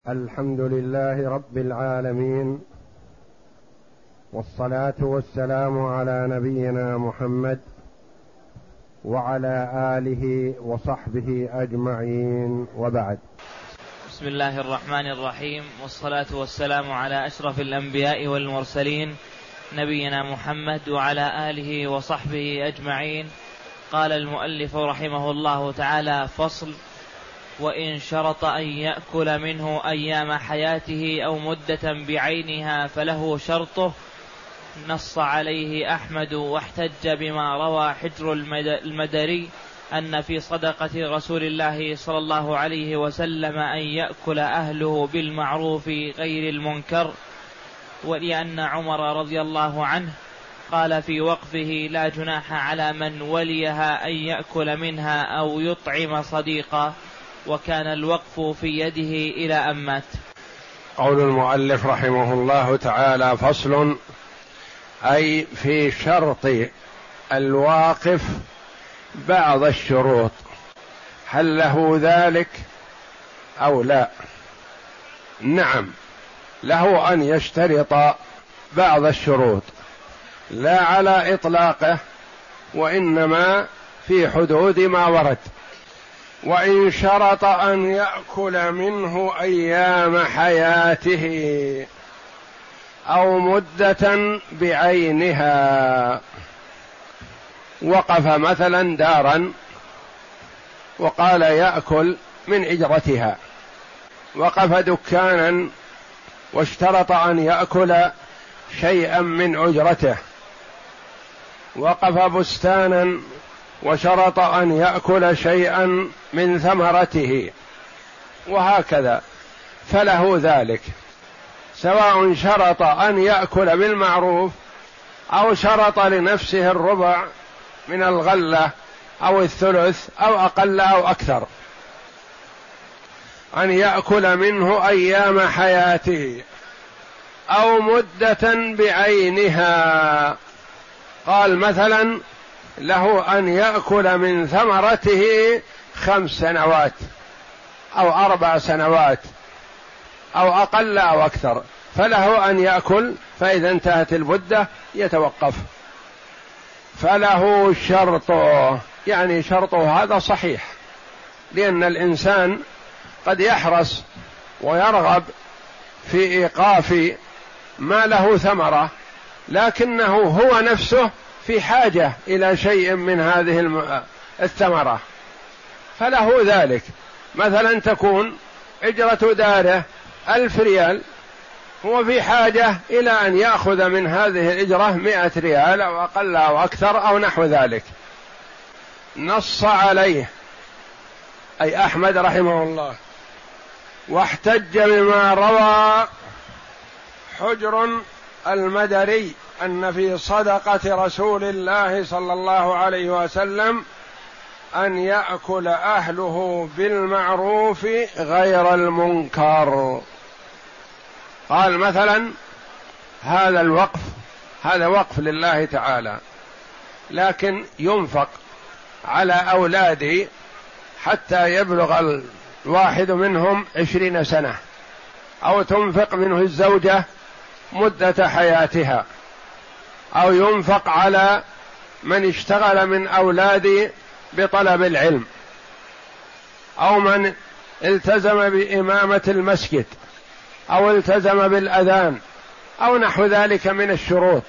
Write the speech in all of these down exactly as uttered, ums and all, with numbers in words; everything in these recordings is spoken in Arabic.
الحمد لله رب العالمين، والصلاة والسلام على نبينا محمد وعلى آله وصحبه أجمعين، وبعد. بسم الله الرحمن الرحيم، والصلاة والسلام على أشرف الأنبياء والمرسلين نبينا محمد وعلى آله وصحبه أجمعين. قال المؤلف رحمه الله تعالى: فصل: وإن شرط أن يأكل منه أيام حياته أو مدة بعينها فله شرطه. نص عليه أحمد واحتج بما روى حجر المدري أن في صدقة رسول الله صلى الله عليه وسلم أن يأكل أهله بالمعروف غير المنكر، ولأن عمر رضي الله عنه قال في وقفه: لا جناح على من وليها أن يأكل منها أو يطعم صديقا، وكان الوقف في يده إلى أن مات. قول المؤلف رحمه الله تعالى: فصل: أي في شرط الواقف بعض الشروط، هل له ذلك أو لا؟ نعم، له أن يشترط بعض الشروط، لا على إطلاقه، وإنما في حدود ما ورد. وإن شرط أن يأكل منه أيام حياته أو مدة بعينها، وقف مثلا دارا وقال يأكل من إجرتها، وقف دكانا واشترط أن يأكل شيئا من أجرته، وقف بستانا وشرط أن يأكل شيئا من ثمرته، وهكذا، فله ذلك، سواء شرط أن يأكل بالمعروف أو شرط لنفسه الربع من الغلة أو الثلث أو أقل أو أكثر، أن يأكل منه أيام حياته أو مدة بعينها. قال مثلا له أن يأكل من ثمرته خمس سنوات أو أربع سنوات أو أقل أو أكثر، فله أن يأكل، فإذا انتهت المدة يتوقف. فله شرطه، يعني شرطه هذا صحيح، لأن الإنسان قد يحرص ويرغب في إيقاف ما له ثمرة، لكنه هو نفسه في حاجة إلى شيء من هذه الثمرة، فله ذلك. مثلا تكون إجرة داره ألف ريال، هو في حاجة إلى أن يأخذ من هذه الإجرة مئة ريال أو أقل أو أكثر أو نحو ذلك. نص عليه أي أحمد رحمه الله، واحتج بما روى حجر المدري أن في صدقة رسول الله صلى الله عليه وسلم أن يأكل أهله بالمعروف غير المنكر. قال مثلا هذا الوقف، هذا وقف لله تعالى، لكن ينفق على أولادي حتى يبلغ الواحد منهم عشرين سنة، أو تنفق منه الزوجة مدة حياتها، أو ينفق على من اشتغل من أولادي بطلب العلم، أو من التزم بإمامة المسجد، أو التزم بالأذان، أو نحو ذلك من الشروط،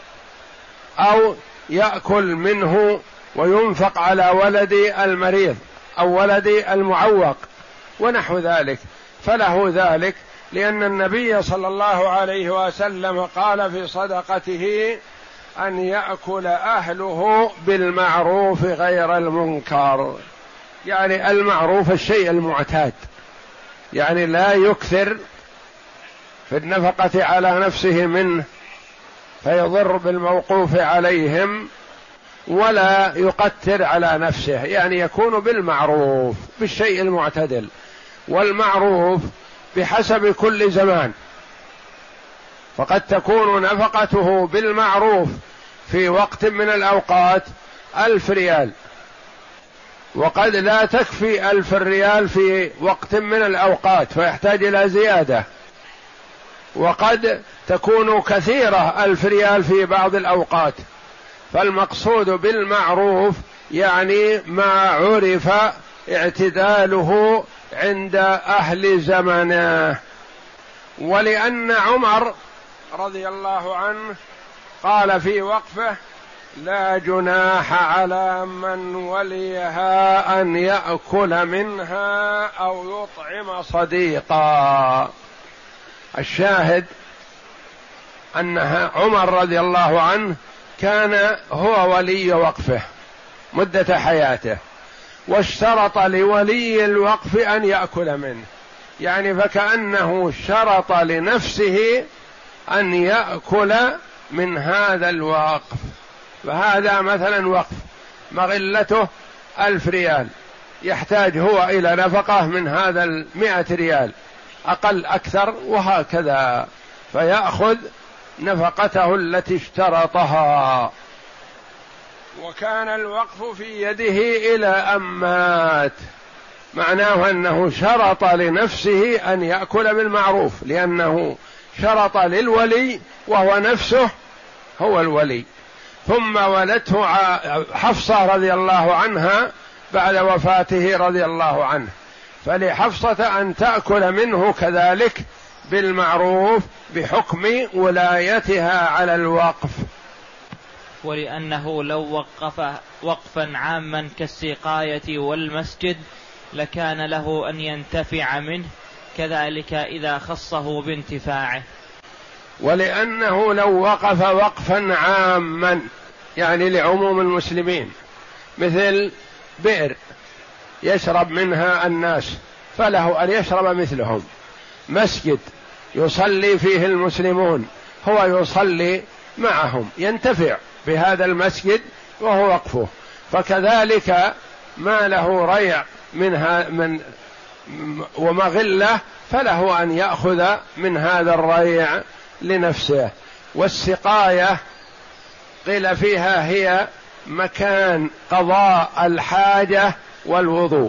أو يأكل منه وينفق على ولدي المريض أو ولدي المعوق ونحو ذلك، فله ذلك، لأن النبي صلى الله عليه وسلم قال في صدقته أن يأكل أهله بالمعروف غير المنكر، يعني المعروف الشيء المعتاد، يعني لا يكثر في النفقة على نفسه منه فيضر بالموقوف عليهم، ولا يقتر على نفسه، يعني يكون بالمعروف بالشيء المعتدل. والمعروف بحسب كل زمان، فقد تكون نفقته بالمعروف في وقت من الأوقات ألف ريال، وقد لا تكفي ألف ريال في وقت من الأوقات فيحتاج إلى زيادة، وقد تكون كثيرة ألف ريال في بعض الأوقات. فالمقصود بالمعروف يعني ما عرف اعتداله عند أهل زمنه. ولأن عمر رضي الله عنه قال في وقفه: لا جناح على من وليها أن يأكل منها أو يطعم صديقا. الشاهد أنها عمر رضي الله عنه كان هو ولي وقفه مدة حياته، واشترط لولي الوقف أن يأكل منه، يعني فكأنه شرط لنفسه أن يأكل من هذا الوقف. فهذا مثلا وقف مغلته ألف ريال، يحتاج هو إلى نفقة من هذا المئة ريال أقل أكثر وهكذا، فيأخذ نفقته التي اشترطها. وكان الوقف في يده إلى أن مات، معناه أنه شرط لنفسه أن يأكل بالمعروف، لأنه شرط للولي وهو نفسه هو الولي. ثم ولته حفصة رضي الله عنها بعد وفاته رضي الله عنه، فلحفصة أن تأكل منه كذلك بالمعروف بحكم ولايتها على الوقف. ولأنه لو وقف وقفا عاما كالسقاية والمسجد لكان له أن ينتفع منه، كذلك إذا خصه بانتفاعه. ولأنه لو وقف وقفا عاما يعني لعموم المسلمين، مثل بئر يشرب منها الناس فله أن يشرب مثلهم، مسجد يصلي فيه المسلمون هو يصلي معهم ينتفع بهذا المسجد وهو وقفه، فكذلك ما له ريع منها من ومغلة فله أن يأخذ من هذا الريع لنفسه. والسقاية قيل فيها هي مكان قضاء الحاجة والوضوء،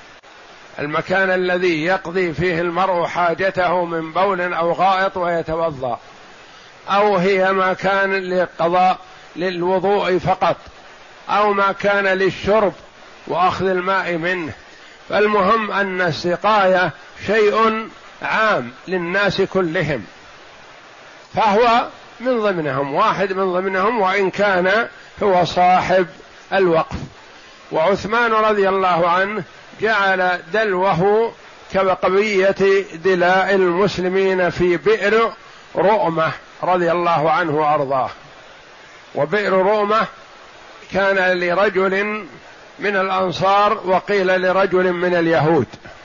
المكان الذي يقضي فيه المرء حاجته من بول أو غائط ويتوضأ، أو هي ما كان للقضاء للوضوء فقط، أو ما كان للشرب وأخذ الماء منه. فالمهم أن السقاية شيء عام للناس كلهم، فهو من ضمنهم، واحد من ضمنهم، وإن كان هو صاحب الوقف. وعثمان رضي الله عنه جعل دلوه كبقية دلاء المسلمين في بئر رؤمة رضي الله عنه وأرضاه. وبئر رؤمة كان لرجل من الأنصار وقيل لرجل من اليهود،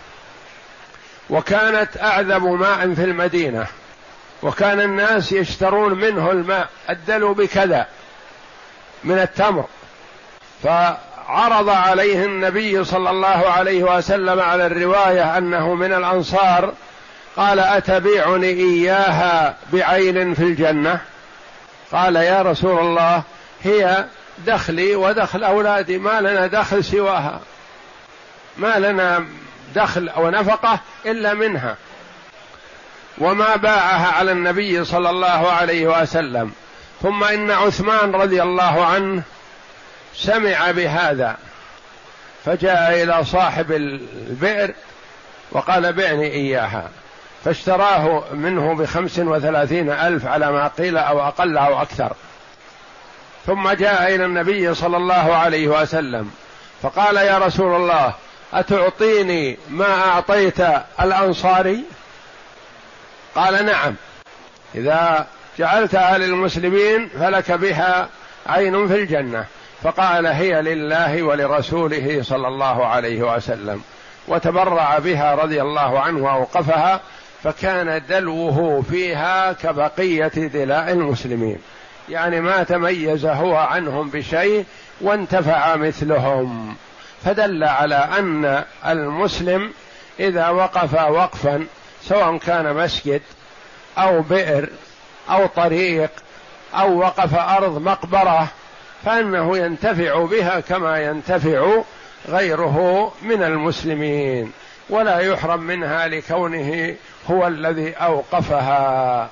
وكانت أعذب ماء في المدينة، وكان الناس يشترون منه الماء، الدلو بكذا من التمر. فعرض عليه النبي صلى الله عليه وسلم على الرواية أنه من الأنصار، قال: أتبيعني إياها بعين في الجنة؟ قال: يا رسول الله هي دخلي ودخل أولادي، ما لنا دخل سواها، ما لنا دخل أو نفقة إلا منها. وما باعها على النبي صلى الله عليه وسلم. ثم إن عثمان رضي الله عنه سمع بهذا فجاء إلى صاحب البئر وقال: بعني إياها، فاشتراه منه بخمس وثلاثين ألف على ما قيل أو أقل أو أكثر. ثم جاء إلى النبي صلى الله عليه وسلم فقال: يا رسول الله أتعطيني ما أعطيت الأنصاري؟ قال: نعم، إذا جعلتها للمسلمين فلك بها عين في الجنة. فقال: هي لله ولرسوله صلى الله عليه وسلم، وتبرع بها رضي الله عنه وأوقفها، فكان دلوه فيها كبقية دلاء المسلمين، يعني ما تميز هو عنهم بشيء وانتفع مثلهم. فدل على أن المسلم إذا وقف وقفا سواء كان مسجد أو بئر أو طريق أو وقف أرض مقبرة، فإنه ينتفع بها كما ينتفع غيره من المسلمين، ولا يحرم منها لكونه هو الذي أوقفها.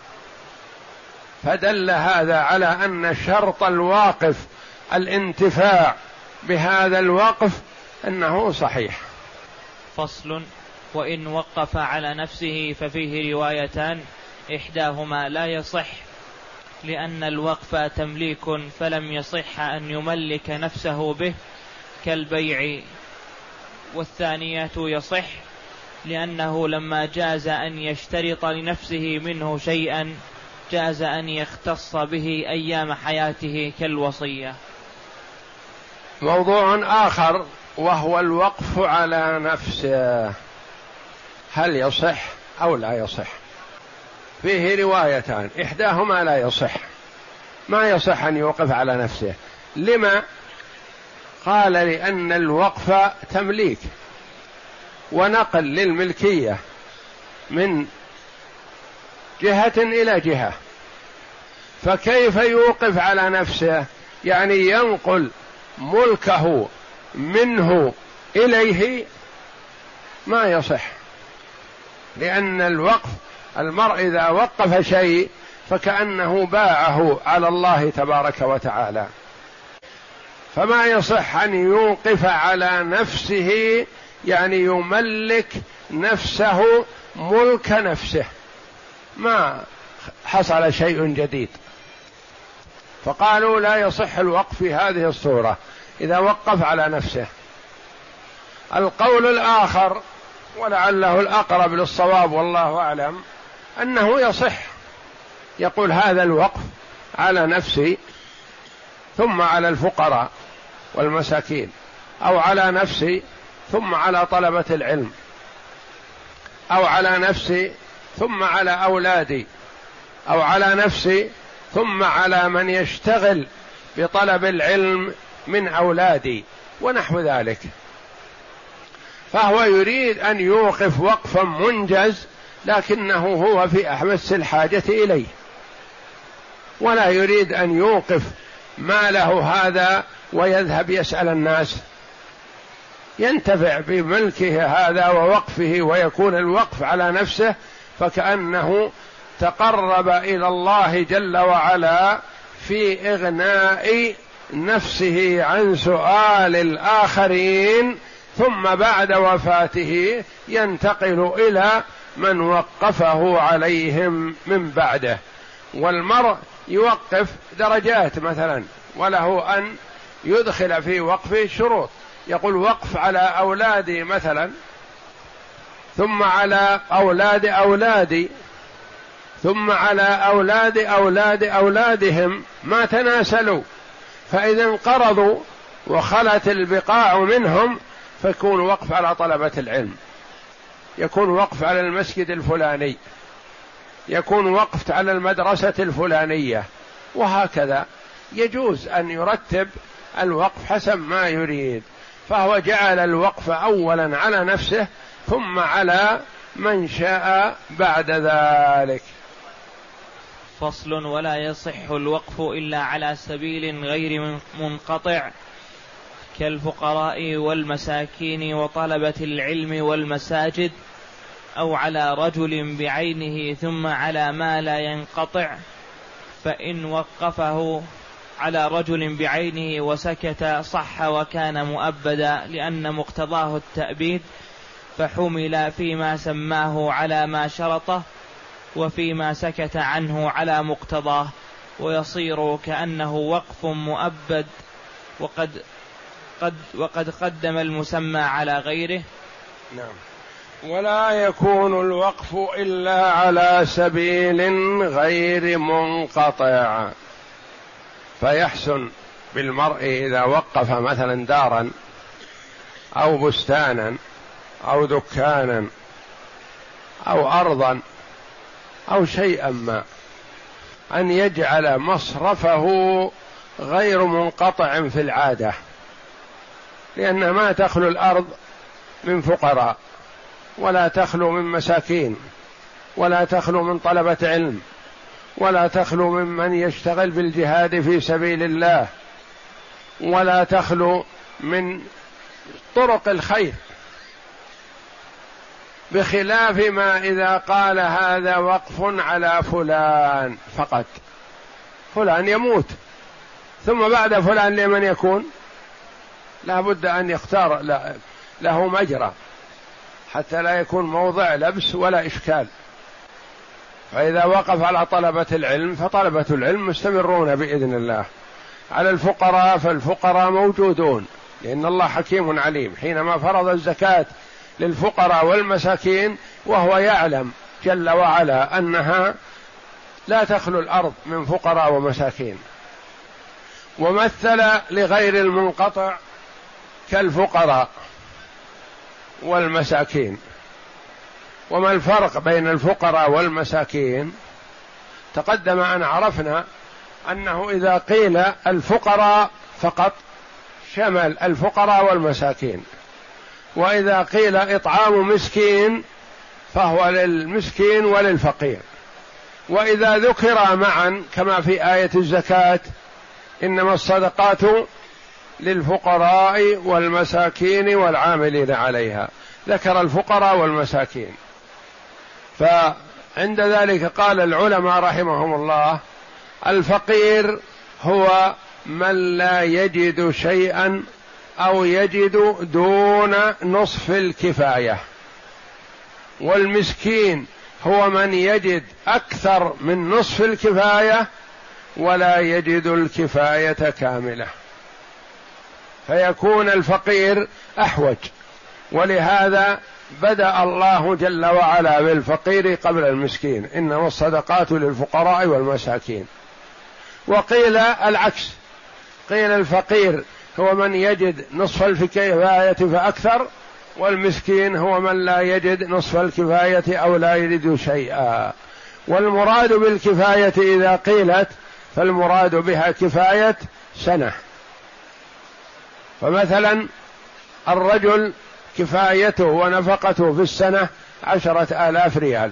فدل هذا على أن شرط الواقف الانتفاع بهذا الوقف أنه صحيح. فصل: وإن وقف على نفسه ففيه روايتان، إحداهما لا يصح لأن الوقف تمليك فلم يصح أن يملك نفسه به كالبيع، والثانية يصح لأنه لما جاز أن يشترط لنفسه منه شيئا جاز أن يختص به أيام حياته كالوصية. موضوع آخر وهو الوقف على نفسه، هل يصح أو لا يصح؟ فيه روايتان، إحداهما لا يصح، ما يصح أن يوقف على نفسه. لما؟ قال لأن الوقف تمليك ونقل للملكية من جهة إلى جهة، فكيف يوقف على نفسه؟ يعني ينقل ملكه منه إليه، ما يصح، لأن الوقف المرء إذا وقف شيء فكأنه باعه على الله تبارك وتعالى، فما يصح أن يوقف على نفسه، يعني يملك نفسه ملك نفسه، ما حصل شيء جديد. فقالوا لا يصح الوقف في هذه الصورة إذا وقف على نفسه. القول الآخر ولعله الأقرب للصواب والله أعلم أنه يصح، يقول هذا الوقف على نفسي ثم على الفقراء والمساكين، أو على نفسي ثم على طلبة العلم، أو على نفسي ثم على أولادي، أو على نفسي ثم على من يشتغل بطلب العلم من أولادي ونحو ذلك. فهو يريد أن يوقف وقفا منجز لكنه هو في أحمس الحاجة إليه، ولا يريد أن يوقف ماله هذا ويذهب يسأل الناس، ينتفع بملكه هذا ووقفه ويكون الوقف على نفسه، فكأنه تقرب إلى الله جل وعلا في إغناء نفسه عن سؤال الآخرين، ثم بعد وفاته ينتقل إلى من وقفه عليهم من بعده. والمرء يوقف درجات مثلا، وله أن يدخل في وقفه شروط، يقول وقف على أولادي مثلا، ثم على أولاد أولادي، ثم على أولاد أولاد أولادهم ما تناسلوا، فإذا انقرضوا وخلت البقاع منهم فيكون وقف على طلبة العلم، يكون وقف على المسجد الفلاني، يكون وقف على المدرسة الفلانية، وهكذا يجوز أن يرتب الوقف حسب ما يريد. فهو جعل الوقف أولا على نفسه ثم على من شاء بعد ذلك. فصل: ولا يصح الوقف إلا على سبيل غير منقطع كالفقراء والمساكين وطلبة العلم والمساجد، أو على رجل بعينه ثم على ما لا ينقطع. فإن وقفه على رجل بعينه وسكت صح وكان مؤبدا لأن مقتضاه التأبيد، فحمل فيما سماه على ما شرطه، وفيما سكت عنه على مقتضاه، ويصير كأنه وقف مؤبد وقد قد وقد قدم المسمى على غيره. نعم. ولا يكون الوقف إلا على سبيل غير منقطع، فيحسن بالمرء إذا وقف مثلا دارا أو بستانا أو دكانا أو أرضا أو شيئا ما أن يجعل مصرفه غير منقطع في العادة، لأن ما تخلو الأرض من فقراء، ولا تخلو من مساكين، ولا تخلو من طلبة علم، ولا تخلو ممن يشتغل بالجهاد في سبيل الله، ولا تخلو من طرق الخير، بخلاف ما إذا قال هذا وقف على فلان فقط، فلان يموت ثم بعد فلان لمن يكون؟ لا بد أن يختار له مجرى حتى لا يكون موضع لبس ولا إشكال. فإذا وقف على طلبة العلم فطلبة العلم مستمرون بإذن الله، على الفقراء فالفقراء موجودون، لأن الله حكيم عليم حينما فرض الزكاة للفقراء والمساكين وهو يعلم جل وعلا أنها لا تخلو الأرض من فقراء ومساكين. ومثل لغير المنقطع كالفقراء والمساكين. وما الفرق بين الفقراء والمساكين؟ تقدم أن عرفنا أنه إذا قيل الفقراء فقط شمل الفقراء والمساكين، وإذا قيل إطعام مسكين فهو للمسكين وللفقير، وإذا ذكر معا كما في آية الزكاة إنما الصدقات للفقراء والمساكين والعاملين عليها، ذكر الفقراء والمساكين. فعند ذلك قال العلماء رحمهم الله الفقير هو من لا يجد شيئا أو يجد دون نصف الكفاية، والمسكين هو من يجد أكثر من نصف الكفاية ولا يجد الكفاية كاملة، فيكون الفقير أحوج. ولهذا بدأ الله جل وعلا بالفقير قبل المسكين، إنما الصدقات للفقراء والمساكين. وقيل العكس، قيل الفقير هو من يجد نصف الكفاية فأكثر، والمسكين هو من لا يجد نصف الكفاية أو لا يجد شيئا. والمراد بالكفاية إذا قيلت فالمراد بها كفاية سنة. فمثلا الرجل كفايته ونفقته في السنة عشرة آلاف ريال،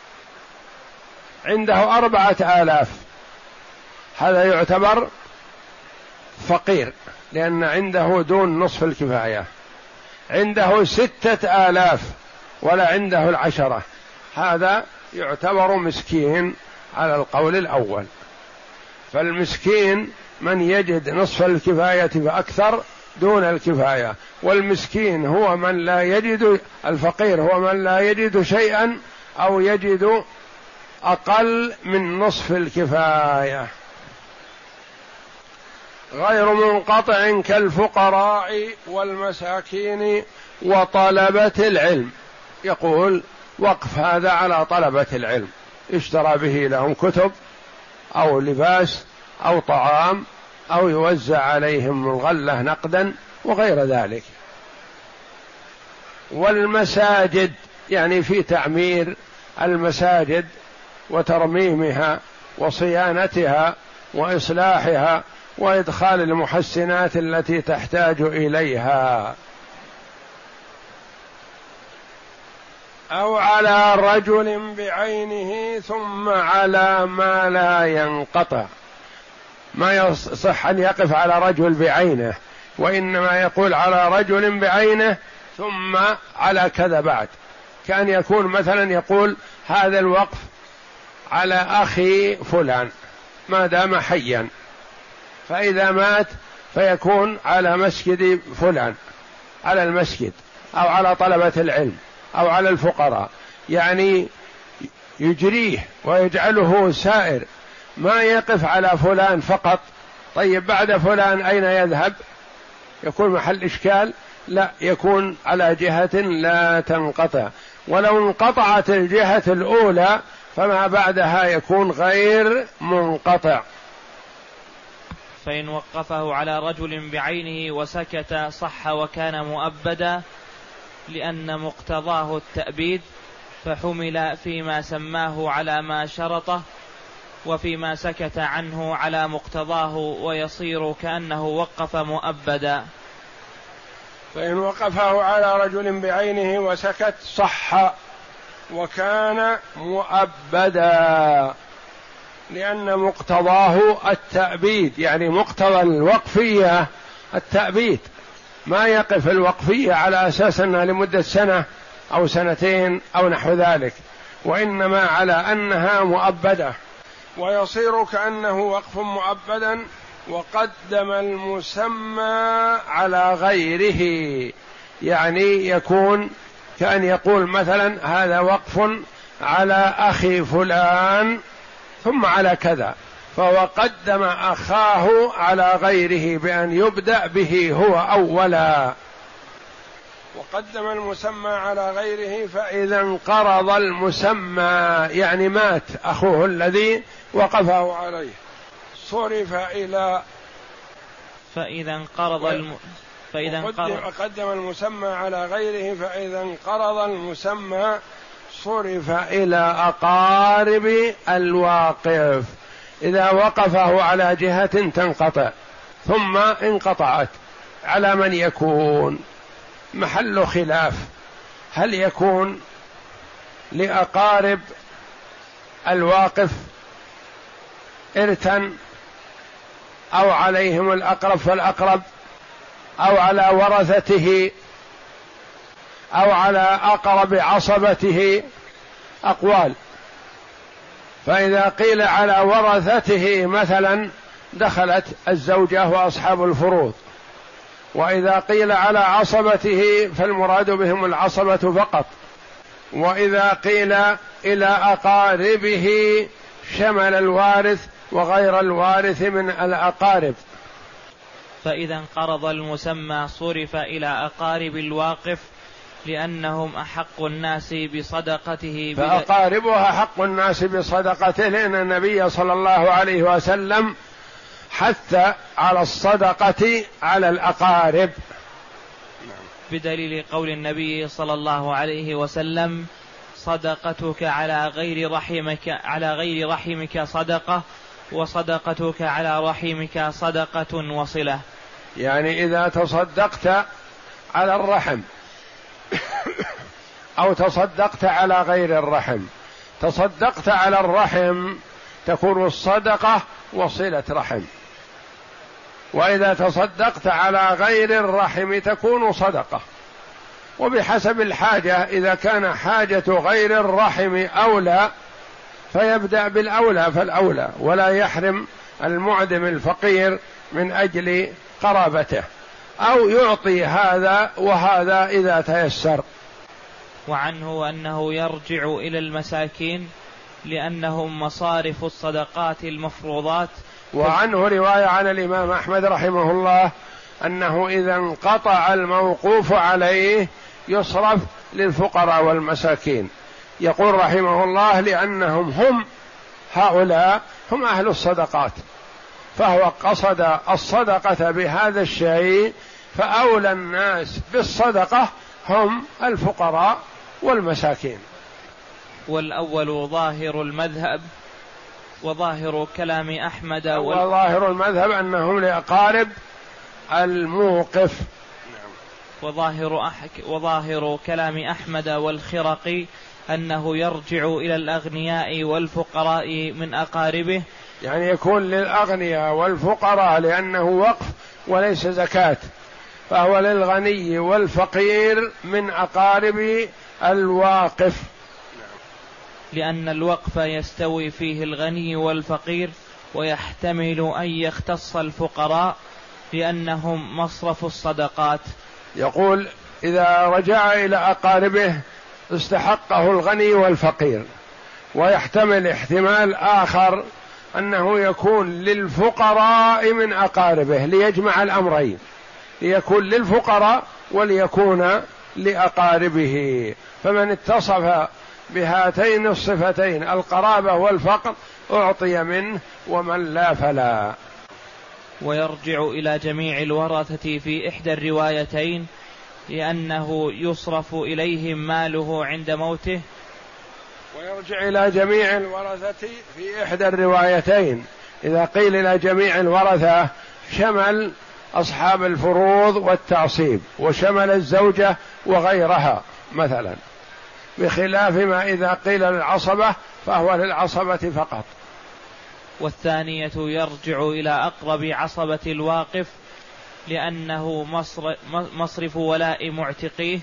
عنده أربعة آلاف، هذا يعتبر فقير لأن عنده دون نصف الكفاية. عنده ستة آلاف ولا عنده العشرة، هذا يعتبر مسكين على القول الأول. فالمسكين من يجد نصف الكفاية فأكثر دون الكفاية، والمسكين هو من لا يجد، الفقير هو من لا يجد شيئا أو يجد أقل من نصف الكفاية. غير منقطع كالفقراء والمساكين وطلبة العلم. يقول وقف هذا على طلبة العلم، اشترى به لهم كتب أو لباس أو طعام أو يوزع عليهم الغلة نقدا وغير ذلك. والمساجد يعني في تعمير المساجد وترميمها وصيانتها وإصلاحها وإدخال المحسنات التي تحتاج إليها. أو على رجل بعينه ثم على ما لا ينقطع. ما يصح أن يقف على رجل بعينه، وإنما يقول على رجل بعينه ثم على كذا بعد. كان يكون مثلا يقول هذا الوقف على أخي فلان ما دام حيا، فإذا مات فيكون على مسجد فلان، على المسجد أو على طلبة العلم أو على الفقراء، يعني يجريه ويجعله سائر، ما يقف على فلان فقط. طيب بعد فلان أين يذهب؟ يكون محل إشكال. لا، يكون على جهة لا تنقطع، ولو انقطعت الجهة الأولى فما بعدها يكون غير منقطع. فإن وقفه على رجل بعينه وسكت صح وكان مؤبدا، لأن مقتضاه التأبيد، فحمل فيما سماه على ما شرطه، وفيما سكت عنه على مقتضاه، ويصير كأنه وقف مؤبدا. فإن وقفه على رجل بعينه وسكت صح وكان مؤبدا، لأن مقتضاه التأبيد، يعني مقتضى الوقفية التأبيد، ما يقف الوقفية على أساس أنها لمدة سنة أو سنتين أو نحو ذلك، وإنما على أنها مؤبدة، ويصير كأنه وقف مؤبدا، وقدم المسمى على غيره، يعني يكون كأن يقول مثلا هذا وقف على أخي فلان ثم على كذا، فهو قدم أخاه على غيره بأن يبدأ به هو أولا، وقدم المسمى على غيره، فإذا انقرض المسمى يعني مات أخوه الذي وقفه عليه صرف إلى فإذا انقرض الم... فإذا انقرض قدم المسمى على غيره، فإذا انقرض المسمى صرف إلى أقارب الواقف، إذا وقفه على جهة تنقطع ثم انقطعت، على من يكون؟ محل خلاف، هل يكون لأقارب الواقف إرثا أو عليهم الأقرب فالأقرب، أو على ورثته، أو على أقرب عصبته؟ أقوال. فإذا قيل على ورثته مثلا دخلت الزوجة وأصحاب الفروض، وإذا قيل على عصبته فالمراد بهم العصبة فقط، وإذا قيل إلى أقاربه شمل الوارث وغير الوارث من الأقارب. فإذا انقرض المسمى صرف إلى أقارب الواقف لأنهم أحق الناس بصدقته، فأقاربها حق الناس بصدقته، لأن النبي صلى الله عليه وسلم حث على الصدقة على الأقارب، بدليل قول النبي صلى الله عليه وسلم: صدقتك على غير رحمك على غير رحمك صدقة، وصدقتك على رحمك صدقة وصلة. يعني إذا تصدقت على الرحم أو تصدقت على غير الرحم، تصدقت على الرحم تكون الصدقة وصلة رحم، وإذا تصدقت على غير الرحم تكون صدقة، وبحسب الحاجة، إذا كان حاجة غير الرحم أولى فيبدأ بالأولى فالأولى، ولا يحرم المعدم الفقير من أجل قرابته، أو يعطي هذا وهذا إذا تيسر. وعنه أنه يرجع إلى المساكين لأنهم مصارف الصدقات المفروضات. وعنه رواية عن الإمام أحمد رحمه الله أنه إذا انقطع الموقوف عليه يصرف للفقراء والمساكين، يقول رحمه الله لأنهم هم هؤلاء هم أهل الصدقات، فهو قصد الصدقة بهذا الشيء، فأولى الناس بالصدقة هم الفقراء والمساكين. والأول ظاهر المذهب، وظاهر كلام أحمد وال... وظاهر المذهب أنهم لأقارب الموقف. وظاهر, أح... وظاهر كلام أحمد والخرقي أنه يرجع إلى الأغنياء والفقراء من أقاربه، يعني يكون للأغنياء والفقراء لأنه وقف وليس زكاة، فهو للغني والفقير من أقارب الواقف، لأن الوقف يستوي فيه الغني والفقير، ويحتمل أن يختص الفقراء لأنهم مصرف الصدقات. يقول إذا رجع إلى أقاربه استحقه الغني والفقير، ويحتمل احتمال آخر أنه يكون للفقراء من أقاربه، ليجمع الأمرين، ليكون للفقراء وليكون لأقاربه، فمن اتصف بهاتين الصفتين القرابة والفقر أعطي منه، ومن لا فلا. ويرجع إلى جميع الورثة في إحدى الروايتين لأنه يصرف إليهم ماله عند موته. ويرجع إلى جميع الورثة في إحدى الروايتين، إذا قيل إلى جميع الورثة شمل أصحاب الفروض والتعصيب، وشمل الزوجة وغيرها مثلا، بخلاف ما إذا قيل للعصبة فهو للعصبة فقط. والثانية يرجع إلى أقرب عصبة الواقف لأنه مصرف ولاء معتقيه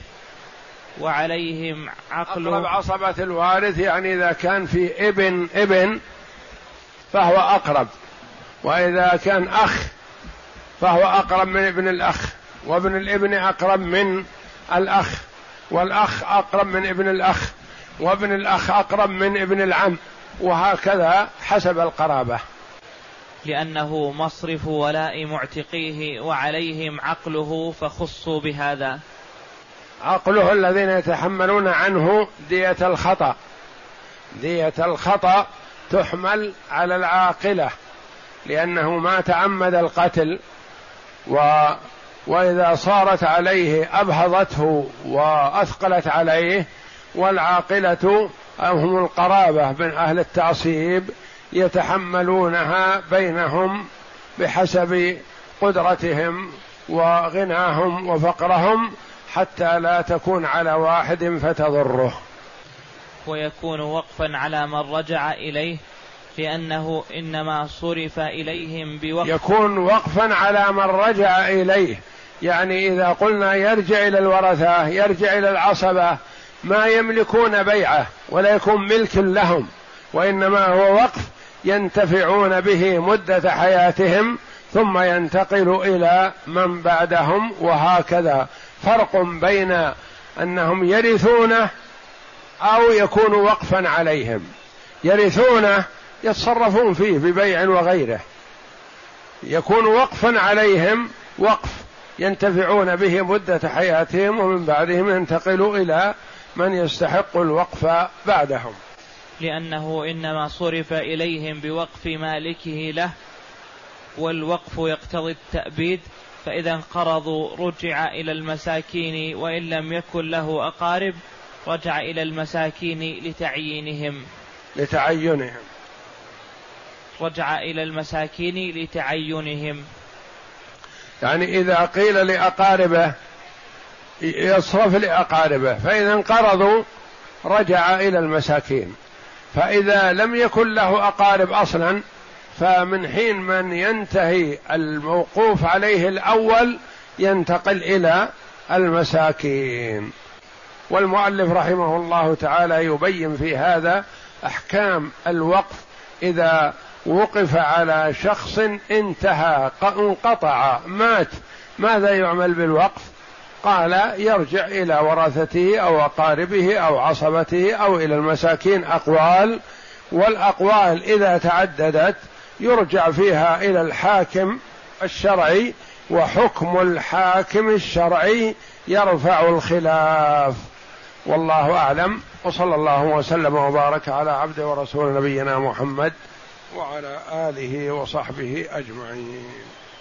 وعليهم عقله. أقرب عصبة الوارث يعني إذا كان في ابن ابن فهو أقرب، وإذا كان أخ فهو أقرب من ابن الأخ، وابن الابن أقرب من الأخ، والأخ أقرب من ابن الأخ، وابن الأخ أقرب من ابن العم، وهكذا حسب القرابة. لأنه مصرف ولاء معتقيه وعليهم عقله فخصوا بهذا. عقله الذين يتحملون عنه دية الخطأ، دية الخطأ تحمل على العاقلة لأنه ما تعمد القتل، و وإذا صارت عليه أبهضته وأثقلت عليه، والعاقلة هم القرابة من أهل التعصيب يتحملونها بينهم بحسب قدرتهم وغناهم وفقرهم حتى لا تكون على واحد فتضره. ويكون وقفا على من رجع إليه لأنه إنما صرف إليهم بوقف. يكون وقفا على من رجع إليه، يعني إذا قلنا يرجع إلى الورثة يرجع إلى العصبة ما يملكون بيعه ولا يكون ملك لهم، وإنما هو وقف ينتفعون به مدة حياتهم ثم ينتقل إلى من بعدهم، وهكذا. فرق بين أنهم يرثونه أو يكون وقفا عليهم. يرثونه يتصرفون فيه ببيع وغيره، يكون وقفا عليهم وقف ينتفعون به مدة حياتهم ومن بعدهم ينتقلوا إلى من يستحق الوقف بعدهم. لأنه إنما صرف إليهم بوقف مالكه له، والوقف يقتضي التأبيد، فإذا انقرضوا رجع إلى المساكين، وإن لم يكن له أقارب رجع إلى المساكين لتعيينهم لتعينهم رجع إلى المساكين لتعينهم. يعني إذا قيل لأقاربه يصرف لأقاربه، فإذا انقرضوا رجع إلى المساكين. فإذا لم يكن له أقارب أصلا فمن حين من ينتهي الموقوف عليه الأول ينتقل إلى المساكين. والمؤلف رحمه الله تعالى يبين في هذا أحكام الوقف إذا وقف على شخص انتهى انقطع مات، ماذا يعمل بالوقف؟ قال يرجع إلى ورثته أو أقاربه أو عصبته أو إلى المساكين أقوال، والأقوال إذا تعددت يرجع فيها إلى الحاكم الشرعي، وحكم الحاكم الشرعي يرفع الخلاف. والله أعلم، وصلى الله وسلم وبارك على عبده ورسول نبينا محمد وعلى آله وصحبه أجمعين.